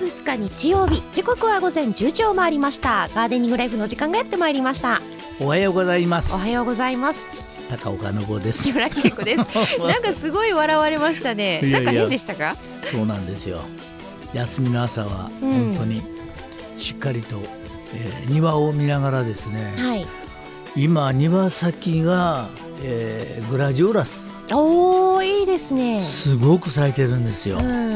月2日日曜日、時刻は午前10時を回りました。ガーデニングライフの時間がやってまいりました。 おはようございます。 おはようございます。 高岡信夫です。 木村恵子ですなんかすごい笑われましたね。なんか変でしたか？ そうなんですよ。休みの朝は本当にしっかりと、庭を見ながらですね、 はい、 今庭先が、グラジオラス、 おー、いいですね。 すごく咲いてるんですよ。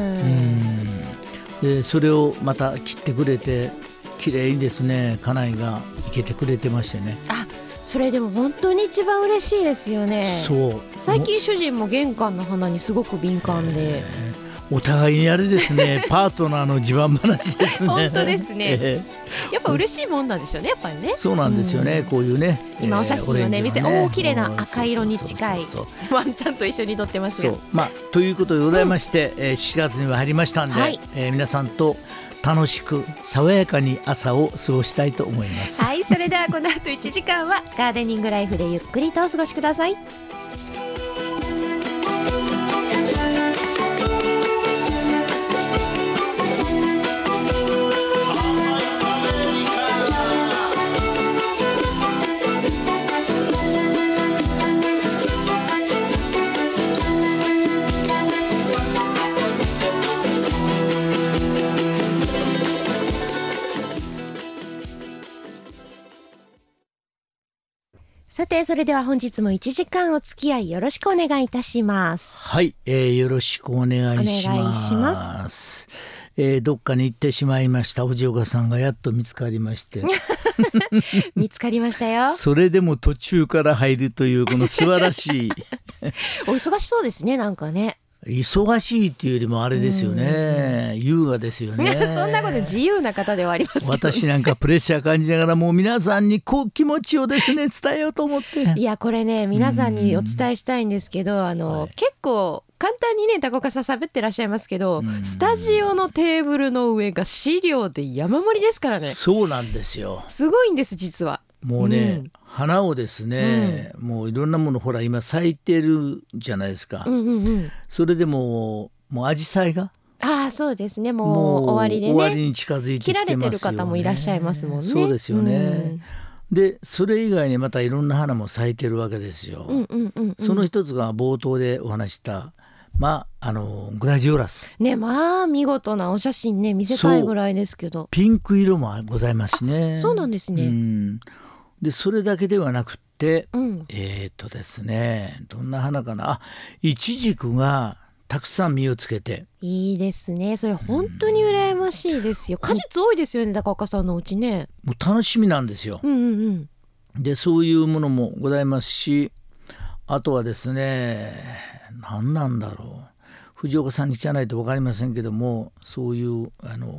でそれをまた切ってくれて綺麗にですね、家内が生けてくれてましてね。 あ、それでも本当に一番嬉しいですよね。 そう、 最近主人も玄関の花にすごく敏感で、 お互いにあれですねパートナーの自慢話ですね。 本当ですね、やっぱ嬉しいもんなんですよね、やっぱりね。 そうなんですよね、こういうね、 今お写真をね見せ、おー、綺麗な赤色に近いそうワンちゃんと一緒に撮ってますよ。 そう、ということでございまして、4月には入りましたんで、 はい、 皆さんと楽しく爽やかに朝を過ごしたいと思います。 はい、それではこの後1時間はガーデニングライフでゆっくりとお過ごしください。さて、それでは本日も1時間お付き合いよろしくお願いいたします。 はい、よろしくお願いします。 お願いします。 どっかに行ってしまいました藤岡さんがやっと見つかりまして見つかりましたよ。 それでも途中から入るというこの素晴らしいお忙しそうですね、なんかね。 忙しいっていうよりもあれですよね、優雅ですよね。 そんなこと自由な方ではありますけど、ね、 私なんかプレッシャー感じながらもう皆さんにこう気持ちをですね伝えようと思って。 いや、これね、皆さんにお伝えしたいんですけど、結構簡単にね高岡さん喋ってらっしゃいますけど、スタジオのテーブルの上が資料で山盛りですからね。 そうなんですよ。 すごいんです、実は。 もうね、花をですね、もういろんなものほら今咲いてるじゃないですか、それでもう紫陽花がそうですね、もう終わりでね、 終わりに近づいてきてますよね。 切られてる方もいらっしゃいますもんね。 そうですよね、でそれ以外にまたいろんな花も咲いてるわけですよ。その一つが冒頭でお話したグラジオラスね、見事なお写真ね見せたいぐらいですけど、 ピンク色もございますね。 そうなんですね。 でそれだけではなくって、ですね、どんな花かな、イチジクがたくさん実をつけて、 いいですね。それ本当に羨ましいですよ。果実多いですよね、高岡さんのお家ね。 もう楽しみなんですよ。でそういうものもございますし、あとはですね、何なんだろう、藤岡さんに聞かないと分かりませんけども、そういう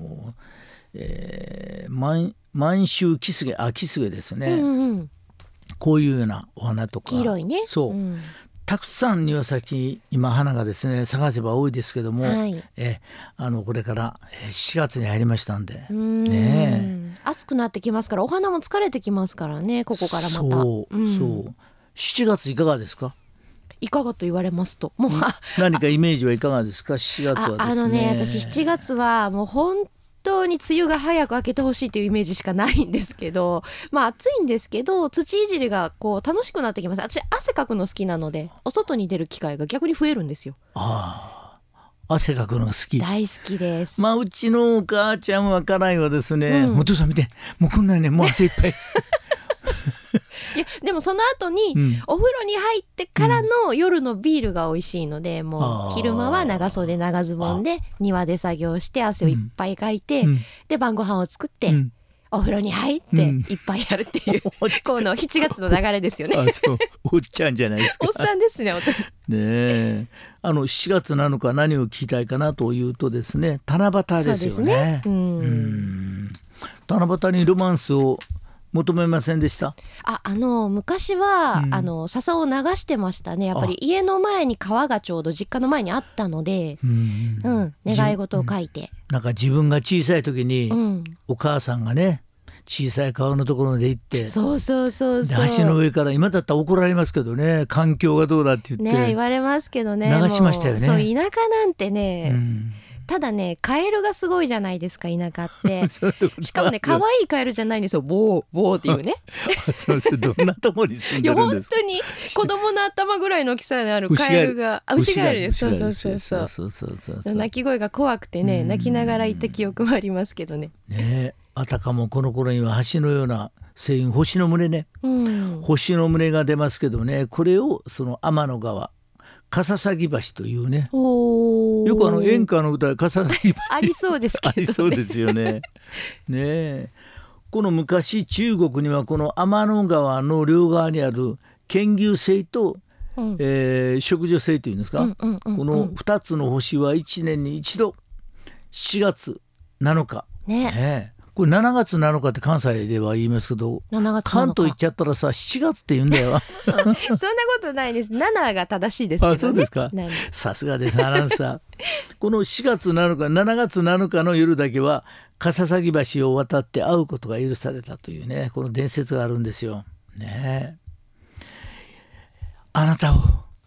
満州キスゲですね、こういうようなお花とか黄色いね、 そう、たくさん庭先今花がですね探せば多いですけども、これから4月に入りましたんでね、 暑くなってきますからお花も疲れてきますからね、ここからまた。 そう7月いかがですか？ いかがと言われますと、もう何かイメージはいかがですか？7月はですね、 私7月はもう本当に梅雨が早く明けてほしいというイメージしかないんですけど、暑いんですけど土いじりがこう楽しくなってきます。私汗かくの好きなのでお外に出る機会が逆に増えるんですよ。 汗かくのが好き。 大好きです。 うちのお母ちゃんは家内はですね、お父さん見て、もうこんなにね、もう汗いっぱいいやでもその後にお風呂に入ってからの夜のビールが美味しいので、もう昼間は長袖長ズボンで庭で作業して汗をいっぱいかいて、で晩ご飯を作って、お風呂に入っていっぱいやるっていう、この7月の流れですよね。 そうおっちゃんじゃないですか。 おっさんですね。 7月7日何を聞きたいかなというとですね、七夕ですよね。七夕にロマンスを求めませんでした？ 昔は、笹を流してましたね。やっぱり家の前に川がちょうど実家の前にあったので、願い事を書いて、 なんか自分が小さい時に、お母さんがね小さい川のところで行って、 そう橋の上から今だったら怒られますけどね、環境がどうだって言って、 言われますけどね、 流しましたよね。 そう田舎なんてね、 ただねカエルがすごいじゃないですか、田舎ってしかもね可愛いカエルじゃないんですよ、ボーボーっていうねそうどんなところに住んでるんですか。 いや本当に子供の頭ぐらいの大きさにあるカエルが牛ガエルです。そう鳴き声が怖くてね、泣きながら行った記憶もありますけどね。 ね、あたかもこの頃には橋のような星雲、星の群れね、星の群れが出ますけどね、これをその天の川笠崎橋というね、よく演歌の歌で笠崎橋ありそうですけどね。 ありそうですよね。ね、この昔中国にはこの天の川の両側にある建牛星と、植樹星というんですか、この2つの星は1年に一度7月7日、これ7月7日って関西では言いますけど、関東行っちゃったらさ7月って言うんだよそんなことないです。7が正しいですけどね。 あ、そうですか。さすがですアナウンサーこの7月7日7月7日の夜だけは笠崎橋を渡って会うことが許されたというね、この伝説があるんですよね。あなたを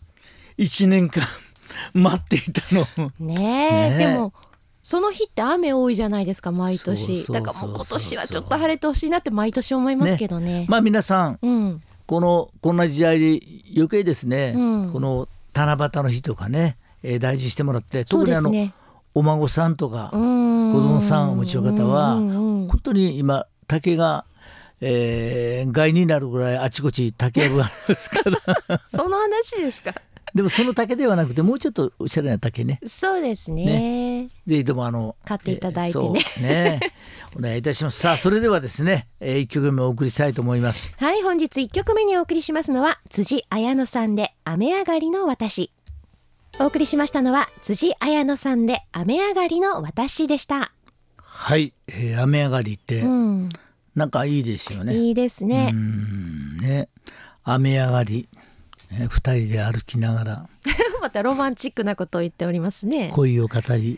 1年間待っていたのね。でもその日って雨多いじゃないですか毎年。だからもう今年はちょっと晴れてほしいなって毎年思いますけどね。 皆さん、こんな時代で余計ですね、この七夕の日とかね、大事にしてもらって、特にお孫さんとか子供さんお持ちの方は本当に今竹が、害になるぐらいあちこち竹やぶがありますからその話ですか。 でもその竹ではなくてもうちょっとおしゃれな竹ね。 そうですね。 ぜひとも買っていただいてね。 お願いいたします。さあそれではですね、1曲目お送りしたいと思います。 はい、本日1曲目にお送りしますのは辻彩乃さんで雨上がりの私。お送りしましたのは辻彩乃さんで雨上がりの私でした。 はい、雨上がりって、なんかいいですよね。 いいですね。 雨上がり、2人で歩きながらまたロマンチックなことを言っておりますね。 恋を語り、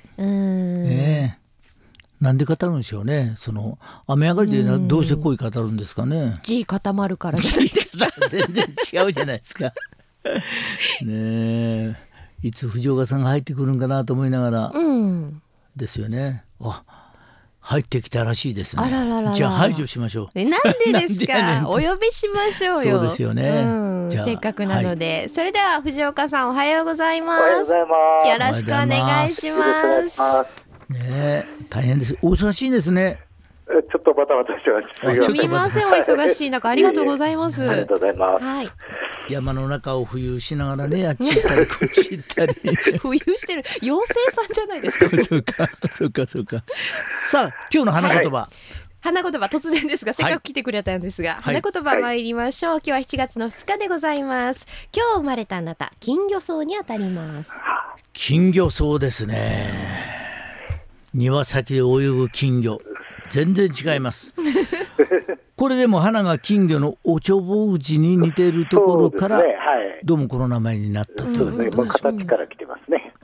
なんで語るんでしょうね。その雨上がりでどうして恋語るんですかね。 G 固まるからじゃないですか。 全然違うじゃないですかね、いつ藤岡さんが入ってくるんかなと思いながら、ですよね。入ってきたらしいですね。じゃあ排除しましょう。 なんでですかお呼びしましょうよ。 そうですよね、 せっかくなので、それでは藤岡さんおはようございます。 おはようございます。 よろしくお願いします。 大変です。お忙しいですね。 ちょっとバタバタしてます。 すみません、お忙しい中ありがとうございます。 ありがとうございます。 はい。 山の中を浮遊しながらね、あっち行ったりこっち行ったり浮遊してる妖精さんじゃないですかそうかさあ今日の花言葉、 花言葉突然ですがせっかく来てくれたんですが、花言葉参りましょう。今日は7月の2日でございます。今日生まれたあなた、金魚草にあたります。 金魚草ですね。庭先で泳ぐ金魚、全然違いますこれでも花が金魚のおちょぼ口に似ているところから、どうもこの名前になったということです。 形から来てますね。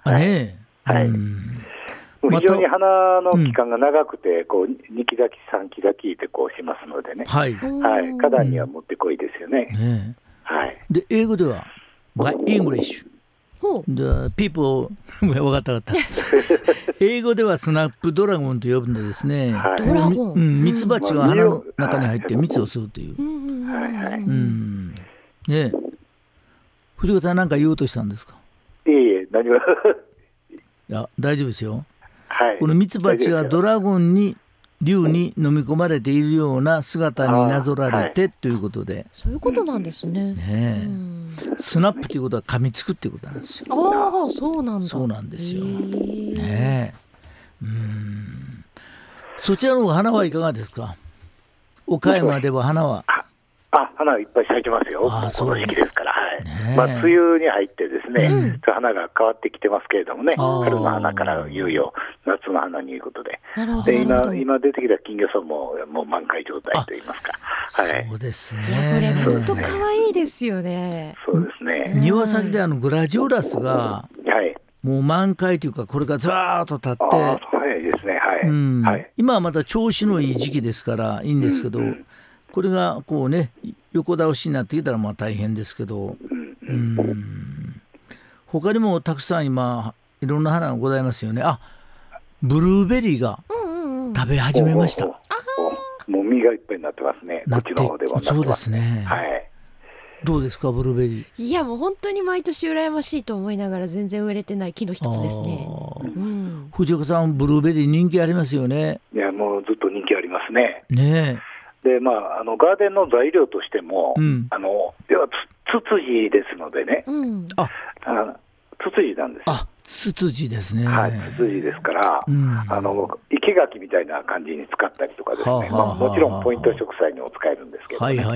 非常に花の期間が長くて、こう2期咲き3期咲きってこうしますのでね、花壇にはもってこいですよね。 で英語では By English The people 分かった英語ではスナップドラゴンと呼ぶんでですね、ミツバチが花の中に入って蜜を吸うという。藤岡さん何か言おうとしたんですか。 いえ何もいや大丈夫ですよ。このミツバチがドラゴンに竜に飲み込まれているような姿になぞられてということで、 そういうことなんですね。 スナップということは噛みつくっていうことなんですよ。 そうなんだ。 そうなんですよ。そちらの花はいかがですか。岡山では花は花いっぱい咲いてますよ。この時期ですから。梅雨に入ってですね、花が変わってきてますけれどもね、春の花から夕よ夏の花にいうことで、今出てきた金魚草ももう満開状態といいますか。 そうですね。 これ本当可愛いですよね。 そうですね。 庭先でグラジオラスがもう満開というか、これがずらーっと立って、 早いですね。 今はまだ調子のいい時期ですからいいんですけど、これがこうね横倒しになってきたらまあ大変ですけど、他にもたくさん今いろんな花がございますよね。 ブルーベリーが食べ始めました。 もう実がいっぱいになってますね。こっちの方でもなってます。 そうですね。 はい。 どうですかブルーベリー。 いやもう本当に毎年羨ましいと思いながら全然売れてない木の一つですね。 藤岡さんブルーベリー人気ありますよね。 いやもうずっと人気ありますね。 ねえ。でガーデンの材料としても、要はツツジですのでね。ツツジなんです。 ツツジですね。 はい、ツツジですから、生け垣みたいな感じに使ったりとかですね。もちろんポイント植栽にも使えるんですけどね。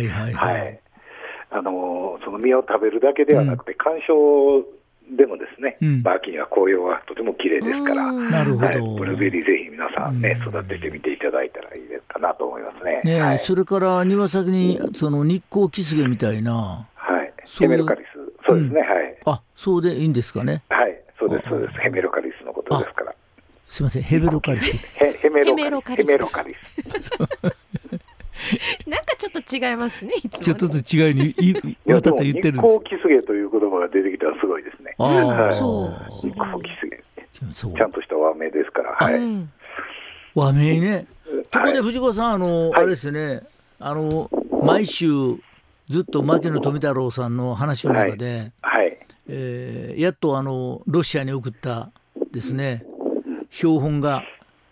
その実を食べるだけではなくて、観賞でもですね、秋には紅葉がとても綺麗ですから、 なるほど。 ブルーベリーぜひ皆さんね、育ててみていただいたらいいかなと思いますね。 それから庭先にその日光キスゲみたいな、 ヘメロカリス、そうですね。 そうでいいんですかね。 はい、そうですそうです。ヘメロカリスのことですから。 すみません、ヘメロカリス。 ヘメロカリス。 なんかちょっっと違いますね。いつもねちょっとずつ違いにわたと言ってるんです。 日光キスゲという言葉が出てきたらすごいですね。 そう日光キスゲちゃんとした和名ですから、はい、 和名ね。ところで藤子さんあれですね、毎週ずっと牧野富太郎さんの話の中で、やっとロシアに送ったですね標本が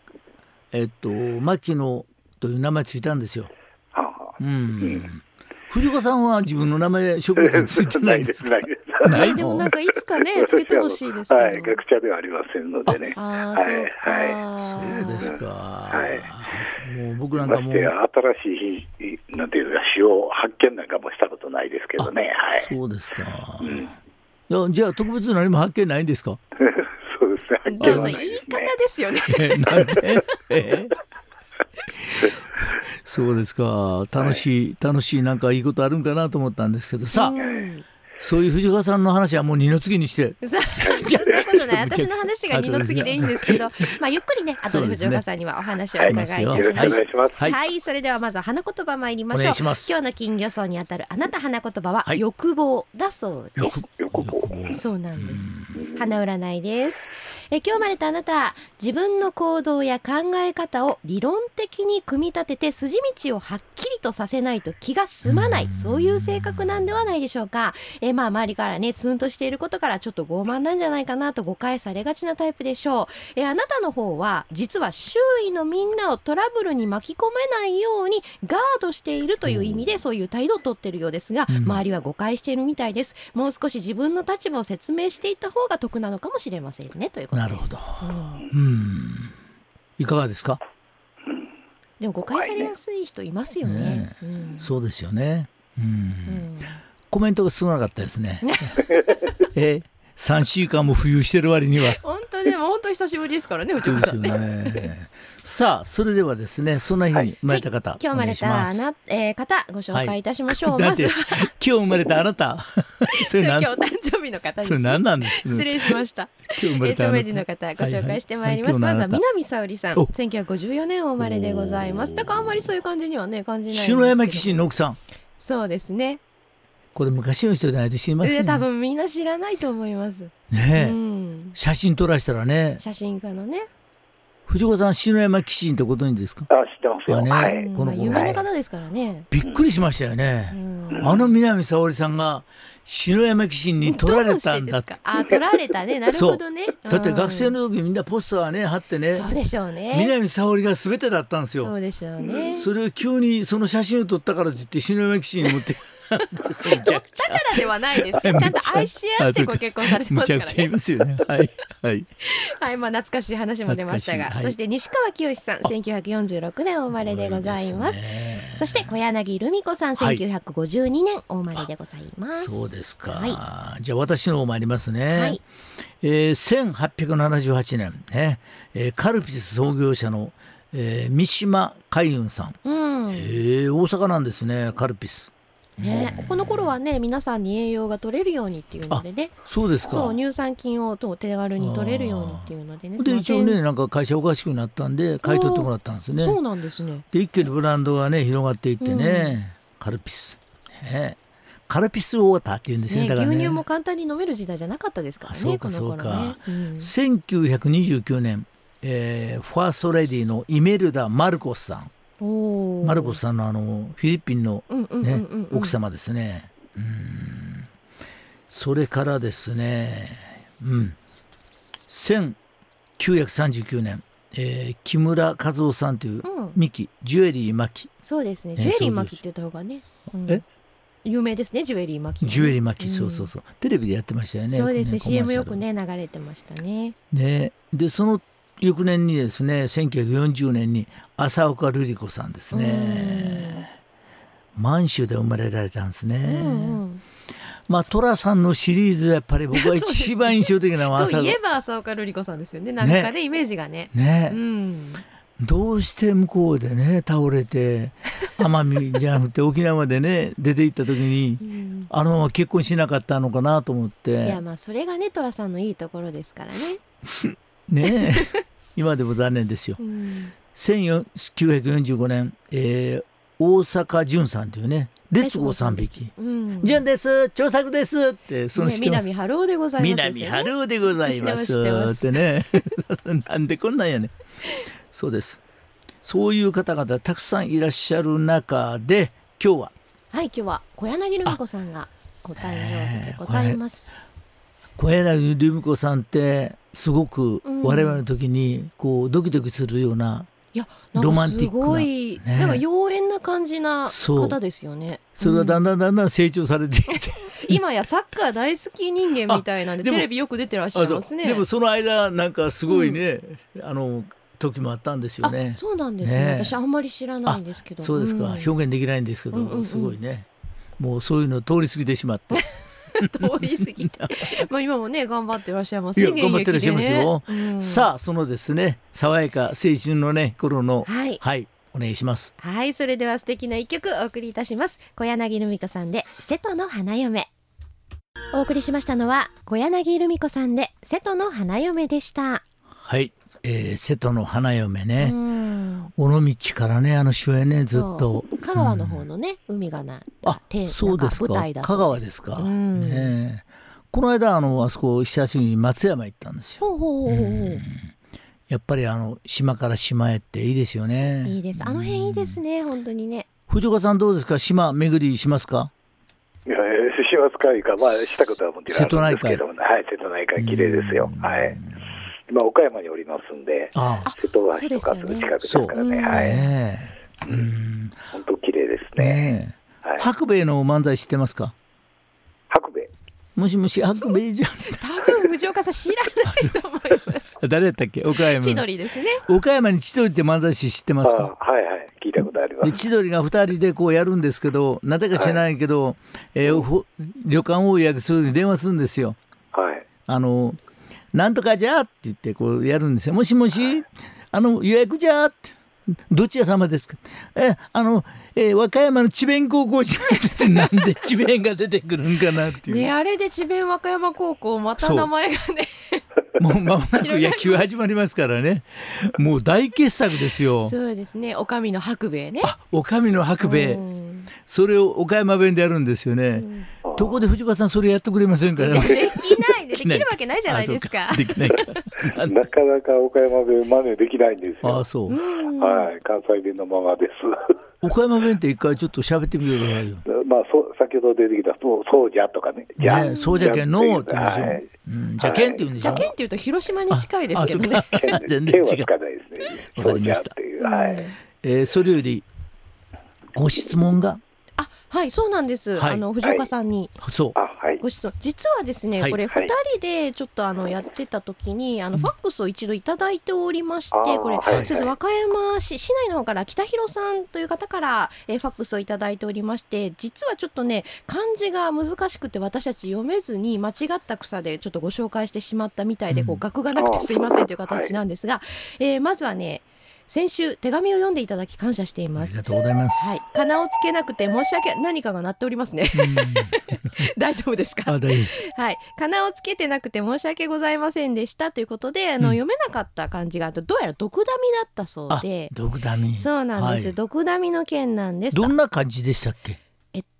牧野という名前ついたんですよ。藤子さんは自分の名前植物についてないんですか？ ないの？でもなんかいつかねつけてほしいですけど。 はい、学者ではありませんのでね。 そうですか。もう僕なんかもう新しいなんていうか詩を発見なんかもしたことないですけどね。 そうですか。じゃあ特別何も発見ないんですか？ そうですね。 どうぞ言い方ですよね。 なんで？そうですか。楽しいなんかいいことあるんかなと思ったんですけどさ、そういう藤川さんの話はもう二の次にしてそんなことない。私の話が二の次でいいんですけど、ゆっくりね後で藤岡さんにはお話をお伺いいたします。はい、それではまず花言葉参りましょう。今日の金魚草にあたるあなた花言葉は欲望だそうです。そうなんです。花占いです。今日生まれたあなた、自分の行動や考え方を理論的に組み立てて筋道をはっきりとさせないと気が済まない、そういう性格なんではないでしょうか。周りからねツンとしていることからちょっと傲慢なんじゃないかなと誤解されがちなタイプでしょう。あなたの方は実は周囲のみんなをトラブルに巻き込めないようにガードしているという意味でそういう態度をとっているようですが、周りは誤解しているみたいです。もう少し自分の立場を説明していった方が得なのかもしれませんねということです。 なるほど。いかがですか？ でも誤解されやすい人いますよね。 そうですよね。コメントが少なかったですね。3週間も浮遊してる割には本当でも本当久しぶりですからね、藤岡さんね。 さあそれではですね、そんな日に生まれた方、 今日生まれた方ご紹介いたしましょう。まず今日生まれたあなた今日お誕生日の方です。 それ何なんですか？ 失礼しました。著名人の方ご紹介してまいります。まずは南沙織さん、1954年お生まれでございます。だからあんまりそういう感じにはね感じないんですけど、 篠山紀信の奥さん。 そうですね。 これ昔の人じゃないと知りませんね。 多分みんな知らないと思いますね。写真撮らしたらね、 写真家のね藤子さん篠山紀信ってことにですか？ 知ってますよ。 この有名な方ですからね。 びっくりしましたよね。南沙織さんが篠山紀信に取られたんだって。 取られたね。なるほどね。 だって学生の時みんなポスターね貼ってね。 そうでしょうね。 南沙織が全てだったんですよ。 そうでしょうね。 それを急にその写真を撮ったからといって篠山紀信に持ってだからではないですよ。ちゃんと愛し合ってご結婚されてますからね。 むちゃくちゃいますよね。はい、 懐かしい話も出ましたが、そして西川きよしさん1946年お生まれでございます。そして小柳ルミ子さん1952年お生まれでございます。 そうですか。じゃあ私の方もありますね。1878年ね、カルピス創業者の、三島海運さん、大阪なんですね。カルピスこの頃はね皆さんに栄養が取れるようにっていうのでね。 そうですか。 そう乳酸菌を手軽に取れるようにっていうのでね。 で一応ねなんか会社おかしくなったんで買い取ってもらったんですね。 そうなんですね。 で一気にブランドがね広がっていってね、カルピス、カルピスウォーターっていうんですね。だからね、 牛乳も簡単に飲める時代じゃなかったですからね。 そうか、1929年ファーストレディのイメルダ・マルコスさん。マルコスさんのフィリピンの、ね、奥様ですね。それからですね、1939年、木村和夫さんというミキ、ジュエリー・マキ。 そうですね、ジュエリー・マキって言った方がね、有名ですね、ジュエリー・マキ、 ジュエリー・マキ、そうそうそう、テレビでやってましたよね。 そうですね、CM よくね流れてましたね。 でその翌年にですね、1940年に浅岡瑠璃子さんですね、満州で生まれられたんですね。寅さんのシリーズやっぱり僕は一番印象的なのはといえば浅岡瑠璃子さんですよね。なんかねイメージがね。 どうして向こうでね倒れて奄美じゃなくて沖縄までね出て行った時に、あのまま結婚しなかったのかなと思って。 いやそれがね寅さんのいいところですからね。 ね今でも残念ですよ。1945年、大阪淳さんというね、レッツゴー3匹、淳です長作ですってその南春夫でございます、 南春夫でございますってねなんでこんなんやねん。そうです。そういう方々たくさんいらっしゃる中で今日は小柳ルミ子さんがお誕生日でございます。 小柳ルミ子さんってすごく我々の時にこうドキドキするような、ロマンティックな、すごいなんか妖艶な感じな方ですよね。 それがだんだん成長されていて今やサッカー大好き人間みたいなんでテレビよく出てらっしゃいますね。 でもその間なんかすごいね、時もあったんですよね。 そうなんですね。私あんまり知らないんですけど。 そうですか、表現できないんですけど、すごいね、もうそういうの通り過ぎてしまって通り過ぎて今もね頑張ってらっしゃいますね。 頑張ってらっしゃいますよ、さあそのですね爽やか青春のね頃のお願いします。 それでは素敵な一曲お送りいたします。小柳ルミ子さんで瀬戸の花嫁。お送りしましたのは小柳ルミ子さんで瀬戸の花嫁でした。 瀬戸の花嫁ね、尾道からね主演ねずっと香川の方のね、海がなそうですか、 舞台だ香川ですか、この間あそこ久しぶりに松山行ったんですよ。やっぱり島から島へっていいですよね。 いいです、あの辺いいですね、本当にね。 藤岡さんどうですか、島巡りしますか。 いやしますかいうか、したことはもちろんあるんですけども、瀬戸内海綺麗ですよ。今岡山におりますんで、瀬戸大橋とかすぐ近くですからね。本当綺麗ですね。 白米の漫才知ってますか。 白米、 もしもし白米じゃん多分藤岡さん知らないと思います誰やったっけ、岡山千鳥ですね。 岡山に千鳥って漫才師知ってますか。 聞いたことあります。 で千鳥が2人でこうやるんですけど、なぜか知らないけど、旅館大家がそれで電話するんですよ。なんとかじゃって言ってこうやるんですよ。もしもし、予約じゃって、どちら様ですか。和歌山の智弁高校じゃってなんで智弁が出てくるんかなっていうね。あれで智弁和歌山高校また名前がねもう間もなく野球始まりますからね。もう大傑作ですよ。 そうですね、おかみの白米ね。 おかみの白米、それを岡山弁でやるんですよね。とこで藤川さんそれやってくれませんかね。 できないできるわけないじゃないですか。 できないかなかなか岡山弁真似できないんですよ。 そう。 関西弁のままです。 岡山弁って一回ちょっと喋ってみてくださいよ。 先ほど出てきたそうじゃとかね。 そうじゃけんのって言うんですよ。じゃけんって言うんでしょ。 じゃけんって言うと広島に近いですけどね。 全然違う。 わかりました。 それよりご質問が。 そうなんです。藤岡さんにご質問、実はですね、これ2人でちょっとやってた時にファックスを一度いただいておりまして、これ和歌山市内の方から北広さんという方からファックスをいただいておりまして、実はちょっとね漢字が難しくて私たち読めずに間違った草でちょっとご紹介してしまったみたいで、額がなくてすいませんという形なんですが、まずはね、先週手紙を読んでいただき感謝しています。 ありがとうございます。 かなをつけなくて申し訳何かが鳴っておりますね。大丈夫ですか。 大丈夫です。 かなをつけてなくて申し訳ございませんでしたということで、読めなかった漢字がどうやら毒ダミだったそうで。 毒ダミ。 そうなんです。毒ダミの件なんです。 どんな漢字でしたっけ。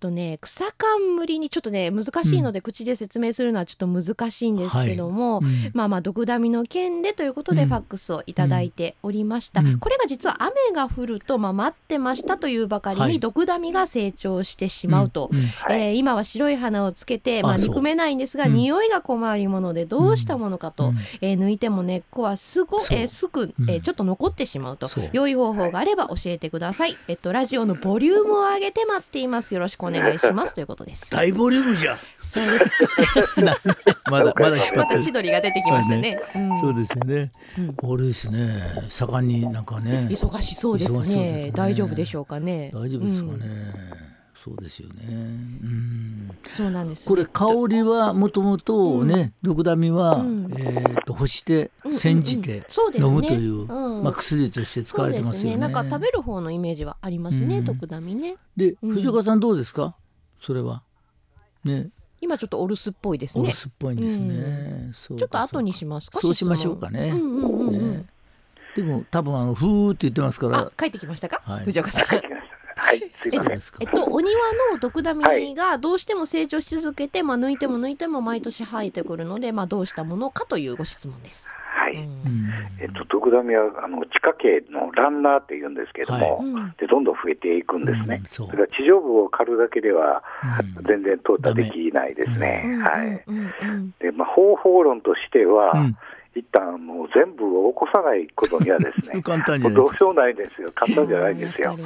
草冠にちょっとね難しいので、口で説明するのはちょっと難しいんですけども、毒ダミの件でということでファックスをいただいておりました。これが実は雨が降ると、待ってましたというばかりに毒ダミが成長してしまうと、今は白い花をつけて、憎めないんですが、匂いが困りものでどうしたものかと、抜いても根っこはすぐちょっと残ってしまうと、良い方法があれば教えてください。ラジオのボリュームを上げて待っています。よろしくお願いしますということです。 大ボリュームじゃ。 そうですまだ千鳥が出てきましたね。 そうですよね。あれですね、盛んになんかね忙しそうですね。大丈夫でしょうかね。 大丈夫ですかね。そうですよね。 そうなんです。 これ香りはもともとね、毒ダミは干して煎じて飲むという薬として使われてますよね。 なんか食べる方のイメージはありますね、毒ダミね。 で、藤岡さんどうですかそれはね。 今ちょっとお留守っぽいですね。 お留守っぽいんですね。 ちょっと後にしますか。 そうしましょうかね。でも多分ふーって言ってますから。 帰ってきましたか、藤岡さん。 はい、すいません。 お庭の毒ダミがどうしても成長し続けて、抜いても抜いても毎年生えてくるので、どうしたものかというご質問です。 はい。毒ダミは地下系のランナーって言うんですけども、でどんどん増えていくんですね。それから地上部を刈るだけでは全然淘汰できないですね。はい。で方法論としては。一旦全部を起こさないことにはですねどうしようもないですよ。簡単じゃないんですよ。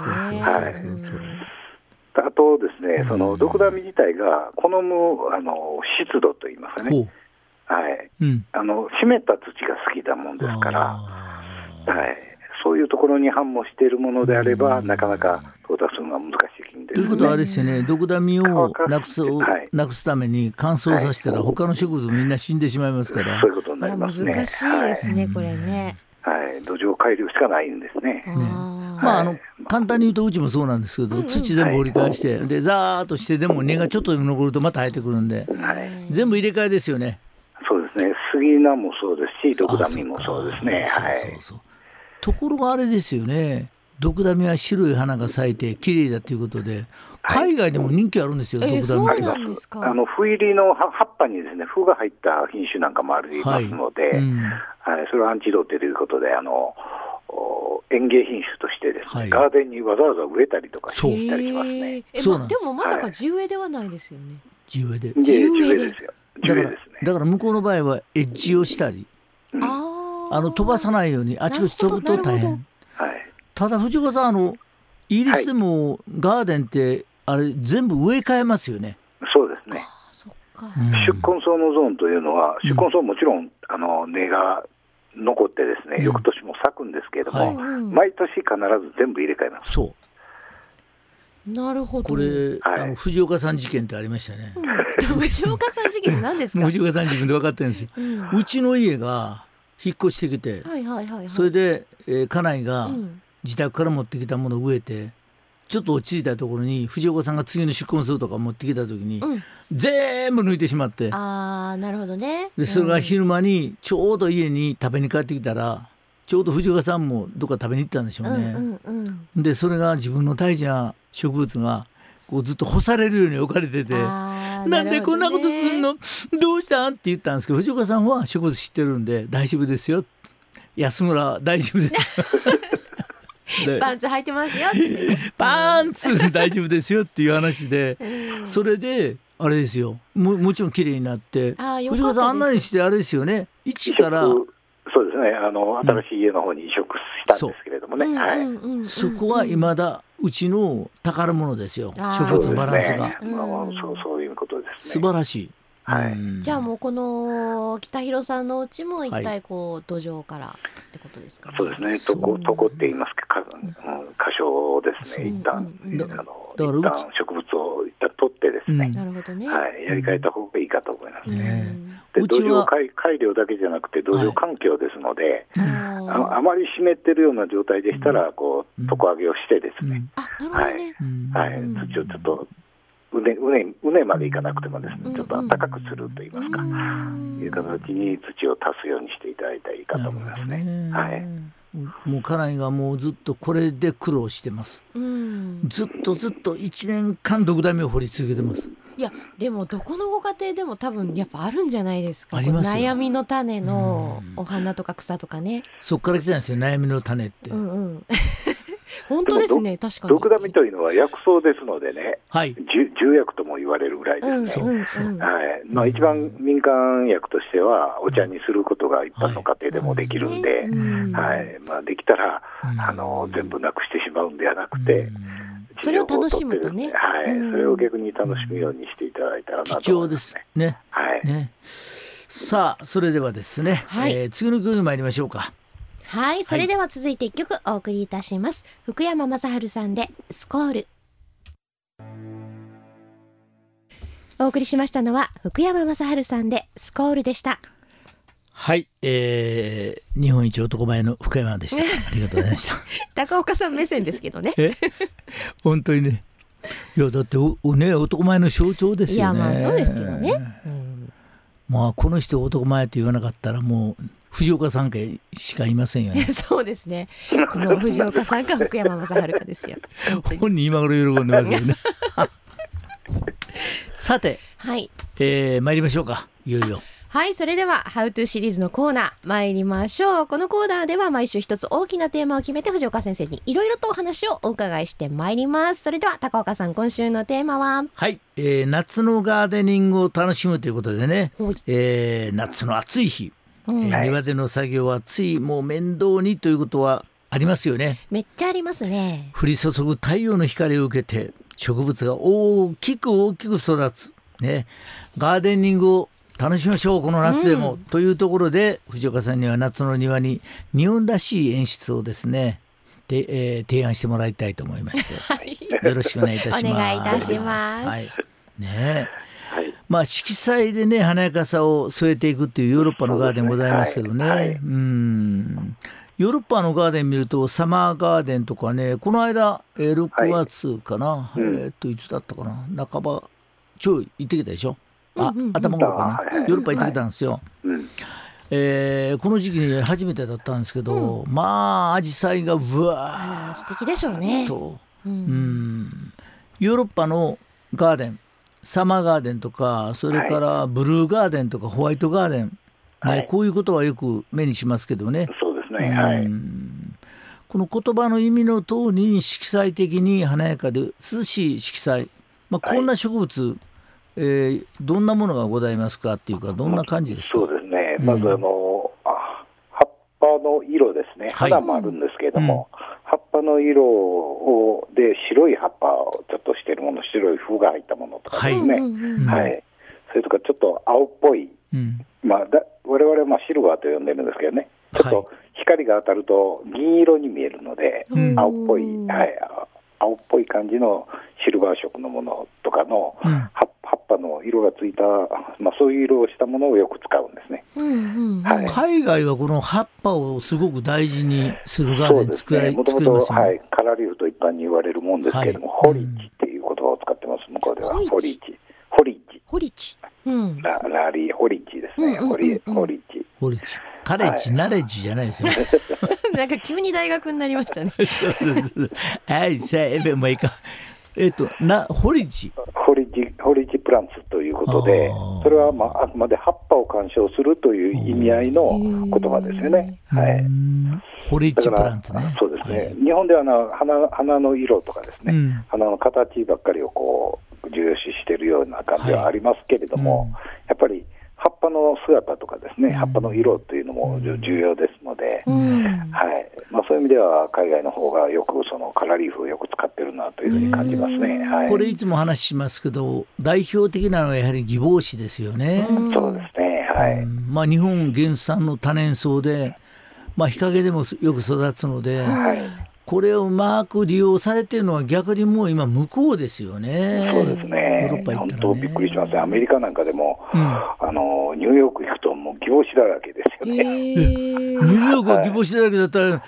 あとですね、その毒ダミ自体が好む湿度といいますかね、湿った土が好きなもんですから、そういうところに反応しているものであればなかなか到達するのは難しいんですね。 ということはあれですよね、毒ダミをなくすために乾燥させたら他の植物みんな死んでしまいますから、 そういうことになりますね。 難しいですね、これね。 土壌改良しかないんですね。 簡単に言うとうちもそうなんですけど、土全部折り返してでザーッとしてでも根がちょっとでも残るとまた生えてくるんで、全部入れ替えですよね。 そうですね。杉菜もそうですし毒ダミもそうですね。 ところがあれですよね、毒ダミは白い花が咲いて綺麗だということで海外でも人気あるんですよ、毒ダミ。 そうなんですか。 斑入りの葉っぱにですね風が入った品種なんかもありますので、それはアンチローテということで園芸品種としてですね、ガーデンにわざわざ植えたりとかしたりしますね。 でもまさか地植えではないですよね。 地植えで。 地植えですよ。 だから向こうの場合はエッジをしたり、飛ばさないようにあちこち飛ぶと大変。ただ藤岡さんイギリスでもガーデンってあれ全部植え替えますよね。 そうですね。宿根草のゾーンというのは宿根草はもちろん根が残ってですね、翌年も咲くんですけれども、毎年必ず全部入れ替えます。 そうなるほど。 これ藤岡さん事件ってありましたね。 藤岡さん事件って何ですか。 藤岡さん自分で分かってるんですよ。うちの家が引っ越してきて、それで家内が自宅から持ってきたものを植えてちょっと落ち着いたところに藤岡さんが次の宿根草とか持ってきた時に、全部抜いてしまって、 なるほどね。 でそれが昼間にちょうど家に食べに帰ってきたらちょうど藤岡さんもどっか食べに行ったんでしょうね。でそれが自分の大事な植物がこうずっと干されるように置かれてて、なんでこんなことすんのどうしたんって言ったんですけど、藤岡さんは植物知ってるんで大丈夫ですよ、安村大丈夫ですよパンツ履いてますよって、 パンツ大丈夫ですよっていう話で、それであれですよ、もちろん綺麗になって、藤岡さんあんなにしてあれですよね、一からそうですね、新しい家の方に移植したんですけれどもね、 そこは未だうちの宝物ですよ、植物のバランスが。 そういうことですね。 素晴らしい。 じゃあもうこの北広さんのうちも一体土壌からってことですかね。 そうですね、床って言いますか、箇所をですね、一旦植物を一旦取ってですね、やり替えた方がいいかと思いますね。で土壌改良だけじゃなくて土壌環境ですので、あまり湿ってるような状態でしたら床上げをしてですね、土をちょっと畝までいかなくてもですね、ちょっと暖かくするといいますか、いう形に土を足すようにしていただいたらいいかと思いますね。 もう家内がもうずっとこれで苦労してます、ずっと1年間ドクダミを掘り続けてます。 いやでもどこのご家庭でも多分やっぱあるんじゃないですか。 ありますよ。 悩みの種のお花とか草とかね、 そっから来たんですよ、悩みの種って、 本当ですね。確かにドクダミというのは薬草ですのでね、 はい、 重薬とも言われるぐらいですね。一番民間薬としてはお茶にすることが一般の家庭でもできるんで、できたら全部なくしてしまうんではなくて、 それを楽しむとね、 それを逆に楽しむようにしていただいたらなと思いますね。 貴重ですね。さあそれではですね、次の曲に参りましょうか。 はい、それでは続いて1曲お送りいたします。福山雅治さんでスコール。お送りしましたのは福山雅治さんでスコールでした。 はい、日本一男前の福山でした。ありがとうございました高岡さん目線ですけどね本当にね、いやだって男前の象徴ですよね。 いやそうですけどね、 この人男前と言わなかったらもう藤岡さんかしかいませんよねそうですね、この藤岡さんか福山雅治かですよ本人今頃喜んでますよねさて、参りましょうか。いよいよはい、それでは How to シリーズのコーナー参りましょう。このコーナーでは毎週一つ大きなテーマを決めて藤岡先生にいろいろとお話をお伺いしてまいります。それでは高岡さん、今週のテーマは夏のガーデニングを楽しむということでね、夏の暑い日、庭での作業はついもう面倒にということはありますよね。 めっちゃありますね。 降り注ぐ太陽の光を受けて植物が大きく育つ、ガーデニングを楽しみましょう、この夏でも、というところで藤岡さんには夏の庭に日本らしい演出をですねで、提案してもらいたいと思いましてよろしくお願いいたします。 お願いいたします。 色彩でね華やかさを添えていくっていうヨーロッパのガーデンございますけどね、ヨーロッパのガーデン見るとサマーガーデンとかね、この間、6月かな、いつだったかな、半ば行ってきたでしょ、頭頃かな、ヨーロッパ行ってきたんですよ、この時期に初めてだったんですけど、アジサイがうわ素敵でしょうねと、ヨーロッパのガーデン、サマーガーデンとか、それからブルーガーデンとかホワイトガーデン、こういうことはよく目にしますけどね。 そうですね、 この言葉の意味の通り色彩的に華やかで涼しい色彩、こんな植物、どんなものがございますかっていうか、どんな感じですか。 そうですね、まず葉っぱの色ですね、花もあるんですけれども、葉っぱの色で白い葉っぱをちょっとしているもの、白い符が入ったものとかですね、それとかちょっと青っぽい、我々はシルバーと呼んでるんですけどね、ちょっと光が当たると銀色に見えるので、青っぽい感じのシルバー色のものとかの葉っぱの色がついた、そういう色をしたものをよく使うんですね。 海外はこの葉っぱをすごく大事にするガーデン作りますよね。 カラリーフと一般に言われるもんですけれども、ホリッチっていう言葉を使ってます。向こうではホリッチ、ラリーホリッチですね、ホリッチ、 カレッジ、ナレッジじゃないですよなんか急に大学になりましたねもういいか、ホリッチプランツということで、それはあくまで葉っぱを鑑賞するという意味合いの言葉ですよね。 ホリッチプランツね。 そうですね、日本では花の色とかですね、花の形ばっかりをこう重要視しているような感じはありますけれども、やっぱり葉っぱの姿とかですね、葉っぱの色というのも重要ですので、そういう意味では海外の方がよくそのカラーリーフをよく使ってるなというふうに感じますね。 これいつも話しますけど、代表的なのはやはりギボウシですよね。 そうですね、 日本原産の多年草で、日陰でもよく育つので、これをうまく利用されているのは逆にもう今向こうですよね。 そうですね、 ヨーロッパ行ったらね、 本当びっくりしますね。アメリカなんかでも、ニューヨーク行くともうギボウシだらけですよね。 ニューヨークはギボウシだらけだったら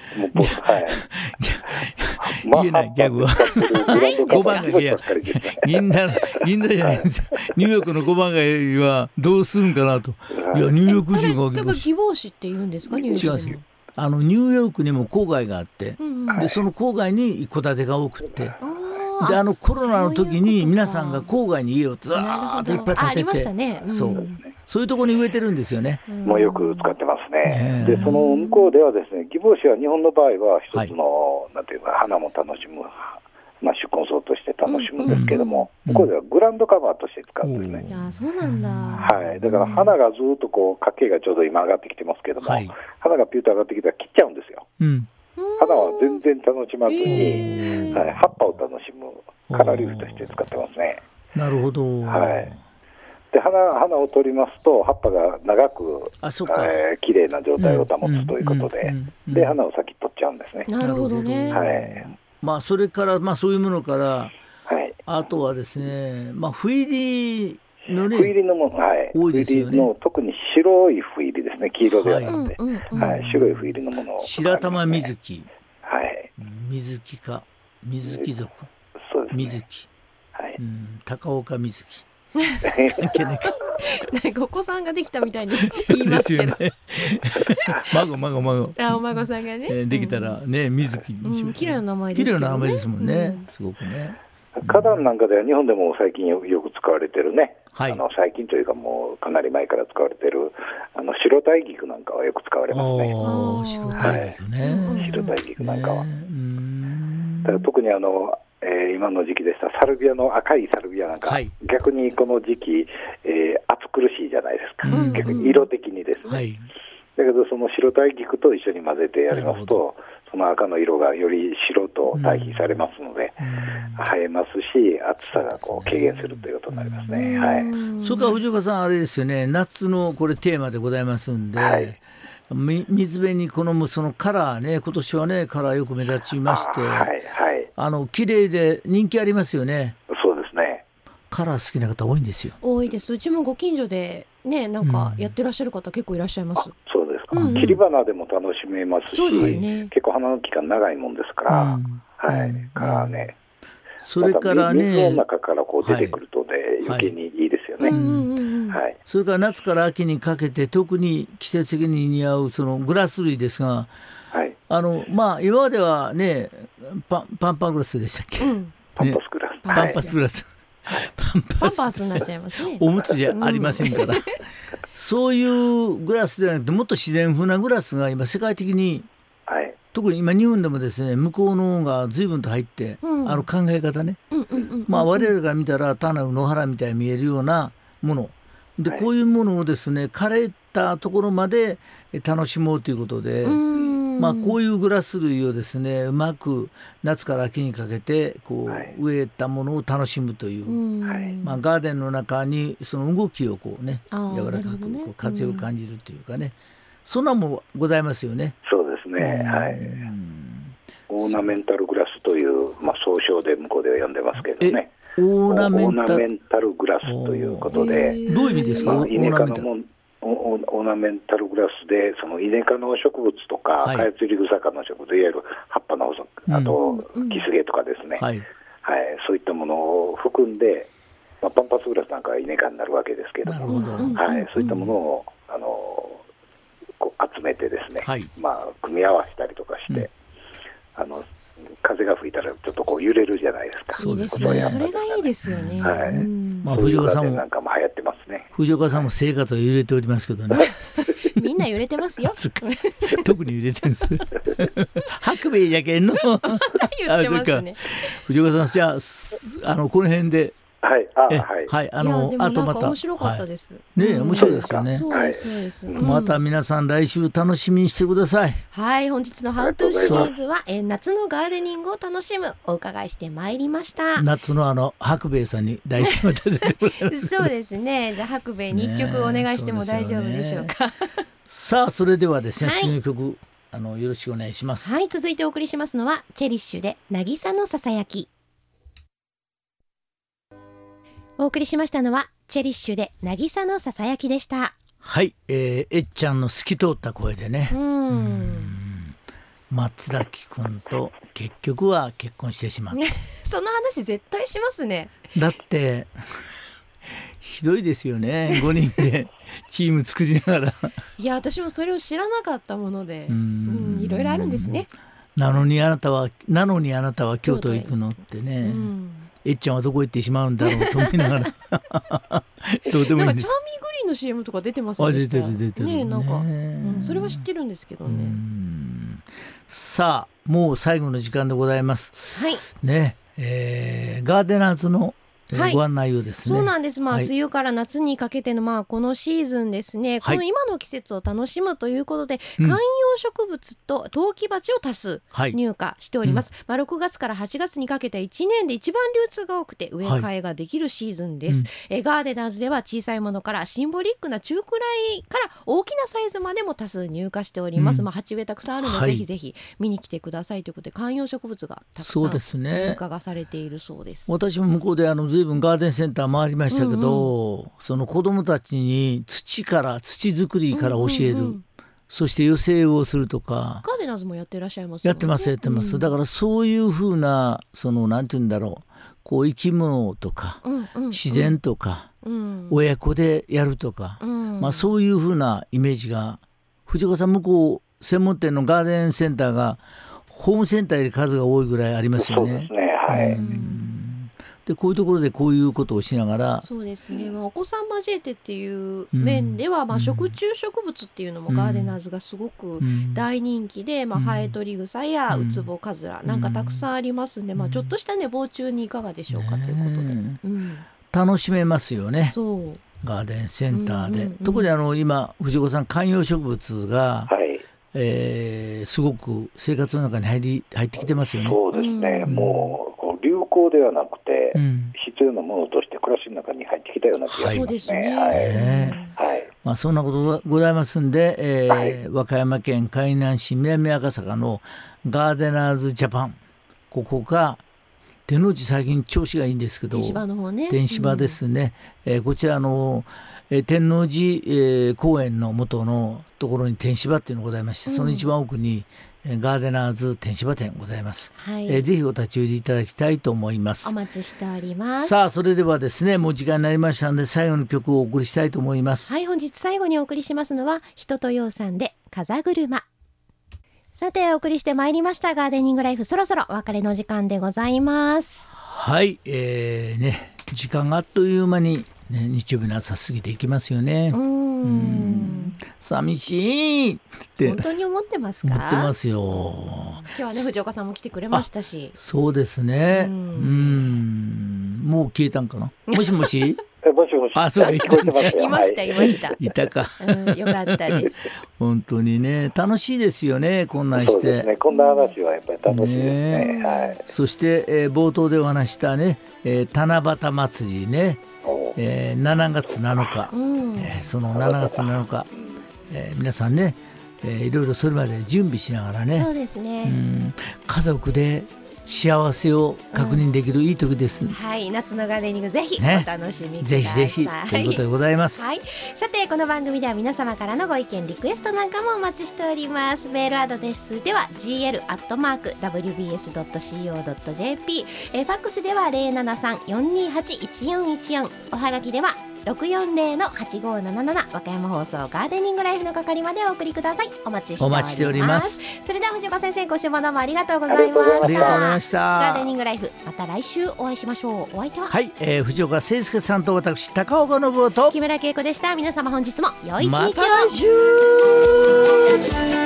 言えない、ギャグは5番街は銀座じゃないんですよ。ニューヨークの5番街はどうするんかなと。いやニューヨーク人がギボウシって言うんですか、ニューヨークでも。 ニューヨークにも郊外があって、でその郊外に戸建てが多くって、でコロナの時に皆さんが郊外に家をザーッといっぱい建てて、 ありましたね、 そういうところに植えてるんですよね。 もうよく使ってますね。でその向こうではですね、ギボウシは日本の場合は一つの、なんていうか花も楽しむ、宿根草として楽しむんですけども、向こうではグラウンドカバーとして使うんですね。 いやそうなんだ。 はい、だから花がずっとこう家計がちょうど今上がってきてますけども、花がピュッと上がってきたら切っちゃうんですよ。花は全然楽しまずに、葉っぱを楽しむカラーリーフとして使ってますね。 なるほど。 で花を取りますと葉っぱが長く綺麗な状態を保つということで、で花を先取っちゃうんですね。 なるほどね。 それからそういうものから、あとはですね、斑入りのね、 斑入りのもの、多いですよね。特に白い斑入りですね、黄色ではなくて、白い斑入りのものを、 白玉水木、水木か水木属、水木、高岡水木なんかお子さんができたみたいに言いますけど孫お孫さんがねできたらね、水木にしましょう。 綺麗な名前ですけどね。 綺麗な名前ですもんね、すごくね。 花壇なんかでは日本でも最近よく使われてるね、最近というかもうかなり前から使われてる白大菊なんかはよく使われますね。 白大菊ね、 白大菊なんかは。だから特に今の時期でしたサルビアの赤いサルビアなんか、逆にこの時期、暑苦しいじゃないですか、逆に色的にですね。だけどその白大菊と一緒に混ぜてやりますと、その赤の色がより白と対比されますので、映えますし暑さがこう軽減するということになりますね。 それから藤岡さんあれですよね、夏のこれテーマでございますんで、水辺に好むそのカラーね、今年はねカラーよく目立ちまして、綺麗で人気ありますよね。 そうですね。 カラー好きな方多いんですよ。 多いです。うちもご近所でね、なんかやってらっしゃる方結構いらっしゃいます。 そうですか。切り花でも楽しめますし、結構花の期間長いもんですから、カラーね。 それからね、 水の中からこう出てくるとで余計にいいですよね。 それから夏から秋にかけて特に季節的に似合うそのグラス類ですが、今まではねパンパグラスでしたっけ、 パンパスグラス、 パンパスグラス、 パンパスになっちゃいますね。 おむつじゃありませんから、そういうグラスではなくてもっと自然風なグラスが今世界的に、特に今日本でもですね、向こうのが随分と入って、考え方ね、我々が見たら単なる野原みたいに見えるようなもので、こういうものをですね枯れたところまで楽しもうということで、こういうグラス類をですねうまく夏から秋にかけてこう植えたものを楽しむという、ガーデンの中にその動きをこうね柔らかくこう風を感じるというかね、そんなもございますよね。 そうですね。オーナメンタルグラスという、総称で向こうでは呼んでますけどね。オーナメンタルグラスということで、 どういう意味ですか？ イネ科のオーナメンタルグラスで、そのイネ科の植物とか、カヤツリグサ科の植物、いわゆる葉っぱのあとキスゲとかですね、そういったものを含んで、パンパスグラスなんかはイネ科になるわけですけども、そういったものをこう集めてですね、組み合わせたりとかして、風が吹いたらちょっとこう揺れるじゃないですか。 そうですね。それがいいですよね。 藤岡さんもなんかも流行ってますね。 藤岡さんも生活が揺れておりますけどね。 みんな揺れてますよ。 特に揺れてるんです。白米じゃけんの。 言ってますね。 藤岡さん、じゃあこの辺で。 あとまた面白かったです。 面白いですよね。 そうです。 また皆さん来週楽しみにしてください。 はい、本日のハウトゥーシリーズは夏のガーデニングを楽しむお伺いしてまいりました。 夏の白米さんに来週また出てもらいます。 そうですね。じゃあ白米に1曲お願いしても大丈夫でしょうか。 さあそれではですね、次の曲よろしくお願いします。 はい、続いてお送りしますのはチェリッシュで渚のささやき。お送りしましたのはチェリッシュで渚のささやきでした。 はい、えっちゃんの透き通った声でね、松崎くんと結局は結婚してしまった。 その話絶対しますね。 だってひどいですよね5人でチーム作りながらいや私もそれを知らなかったものでいろいろあるんですね。 なのにあなたは京都行くのってね、えっちゃんはどこ行ってしまうんだろうと思いながらどうでもいいです。なんかチャーミーグリーンの CM とか出てませんでした？ 出てるね。 なんか、それは知ってるんですけどね。 さあもう最後の時間でございます。 はい。 ね、ガーデナーズのご案内をですね、 そうなんです。梅雨から夏にかけてのこのシーズンですね、この今の季節を楽しむということで、観葉植物と陶器鉢を多数入荷しております。6月から8月にかけて1年で一番流通が多くて植え替えができるシーズンです。ガーデナーズでは小さいものからシンボリックな中くらいから大きなサイズまでも多数入荷しております。鉢植えたくさんあるので、ぜひぜひ見に来てくださいということで、観葉植物がたくさん入荷がされているそうです。 私も向こうで随分ガーデンセンター回りましたけど、その子どもたちに土作りから教える、そして寄せをするとか。 ガーデナーズもやってらっしゃいますよね。 やってます、だからそういうふうななんていうんだろう、こう生き物とか、自然とか、親子でやるとか、そういうふうなイメージが、藤岡さん向こう専門店のガーデンセンターがホームセンターより数が多いぐらいありますよね。 そうですね、はい。 でこういうところでこういうことをしながら、 そうですね、お子さん交えてっていう面では、食虫植物っていうのもガーデナーズがすごく大人気で、ハエトリグサやウツボカズラなんかたくさんありますんで、ちょっとしたね防虫にいかがでしょうかということで、 楽しめますよね。 そうガーデンセンターで、特に今藤岡さん観葉植物が、すごく生活の中に入ってきてますよね。 そうですね、もう流行ではなくて、必要なものとして暮らしの中に入ってきたような気がしますね。 そんなことがございますんで、和歌山県海南市南赤坂のガーデナーズジャパン、ここが天王寺、最近調子がいいんですけど、 天芝の方ね、 天芝ですね、こちらの天王寺、公園の元のところに天芝っていうのがございまして、その一番奥にガーデナーズ天芝店ございます。ぜひお立ち寄りいただきたいと思います。 お待ちしております。 さあそれではですね、もう時間になりましたので最後の曲をお送りしたいと思います。 はい、本日最後にお送りしますのは人とようさんで風車。さてお送りしてまいりましたガーデニングライフ、そろそろお別れの時間でございます。 はい、時間があっという間に日曜日の朝過ぎていきますよね。寂しいって本当に思ってますか？ 思ってますよ。 今日はね藤岡さんも来てくれましたし。 そうですね。もう消えたんかな。もしもしもしもし。 あ、そういました。 いたか。 よかったです。 本当にね、楽しいですよね、こんなんして。 そうですね、こんな話はやっぱり楽しいですね。 そして、冒頭でお話したね、七夕祭りね、7月7日、その7月7日、皆さんね、いろいろそれまで準備しながらね、 そうですね、 家族で幸せを確認できるいい時です。 はい、夏のガーデニングぜひお楽しみください。 ぜひということでございます。 はい、さてこの番組では皆様からのご意見リクエストなんかもお待ちしております。メールアドレスでは gl@wbs.co.jp、ファックスでは 073-428-1414、おはがきでは640-8577、和歌山放送ガーデニングライフの係までお送りください。お待ちしております。それでは藤岡先生、ご視聴どうもありがとうございました。 ありがとうございました。 ガーデニングライフ、また来週お会いしましょう。お相手は藤岡誠介さんと私高岡信夫と木村恵子でした。皆様本日も良い一日を。 また来週。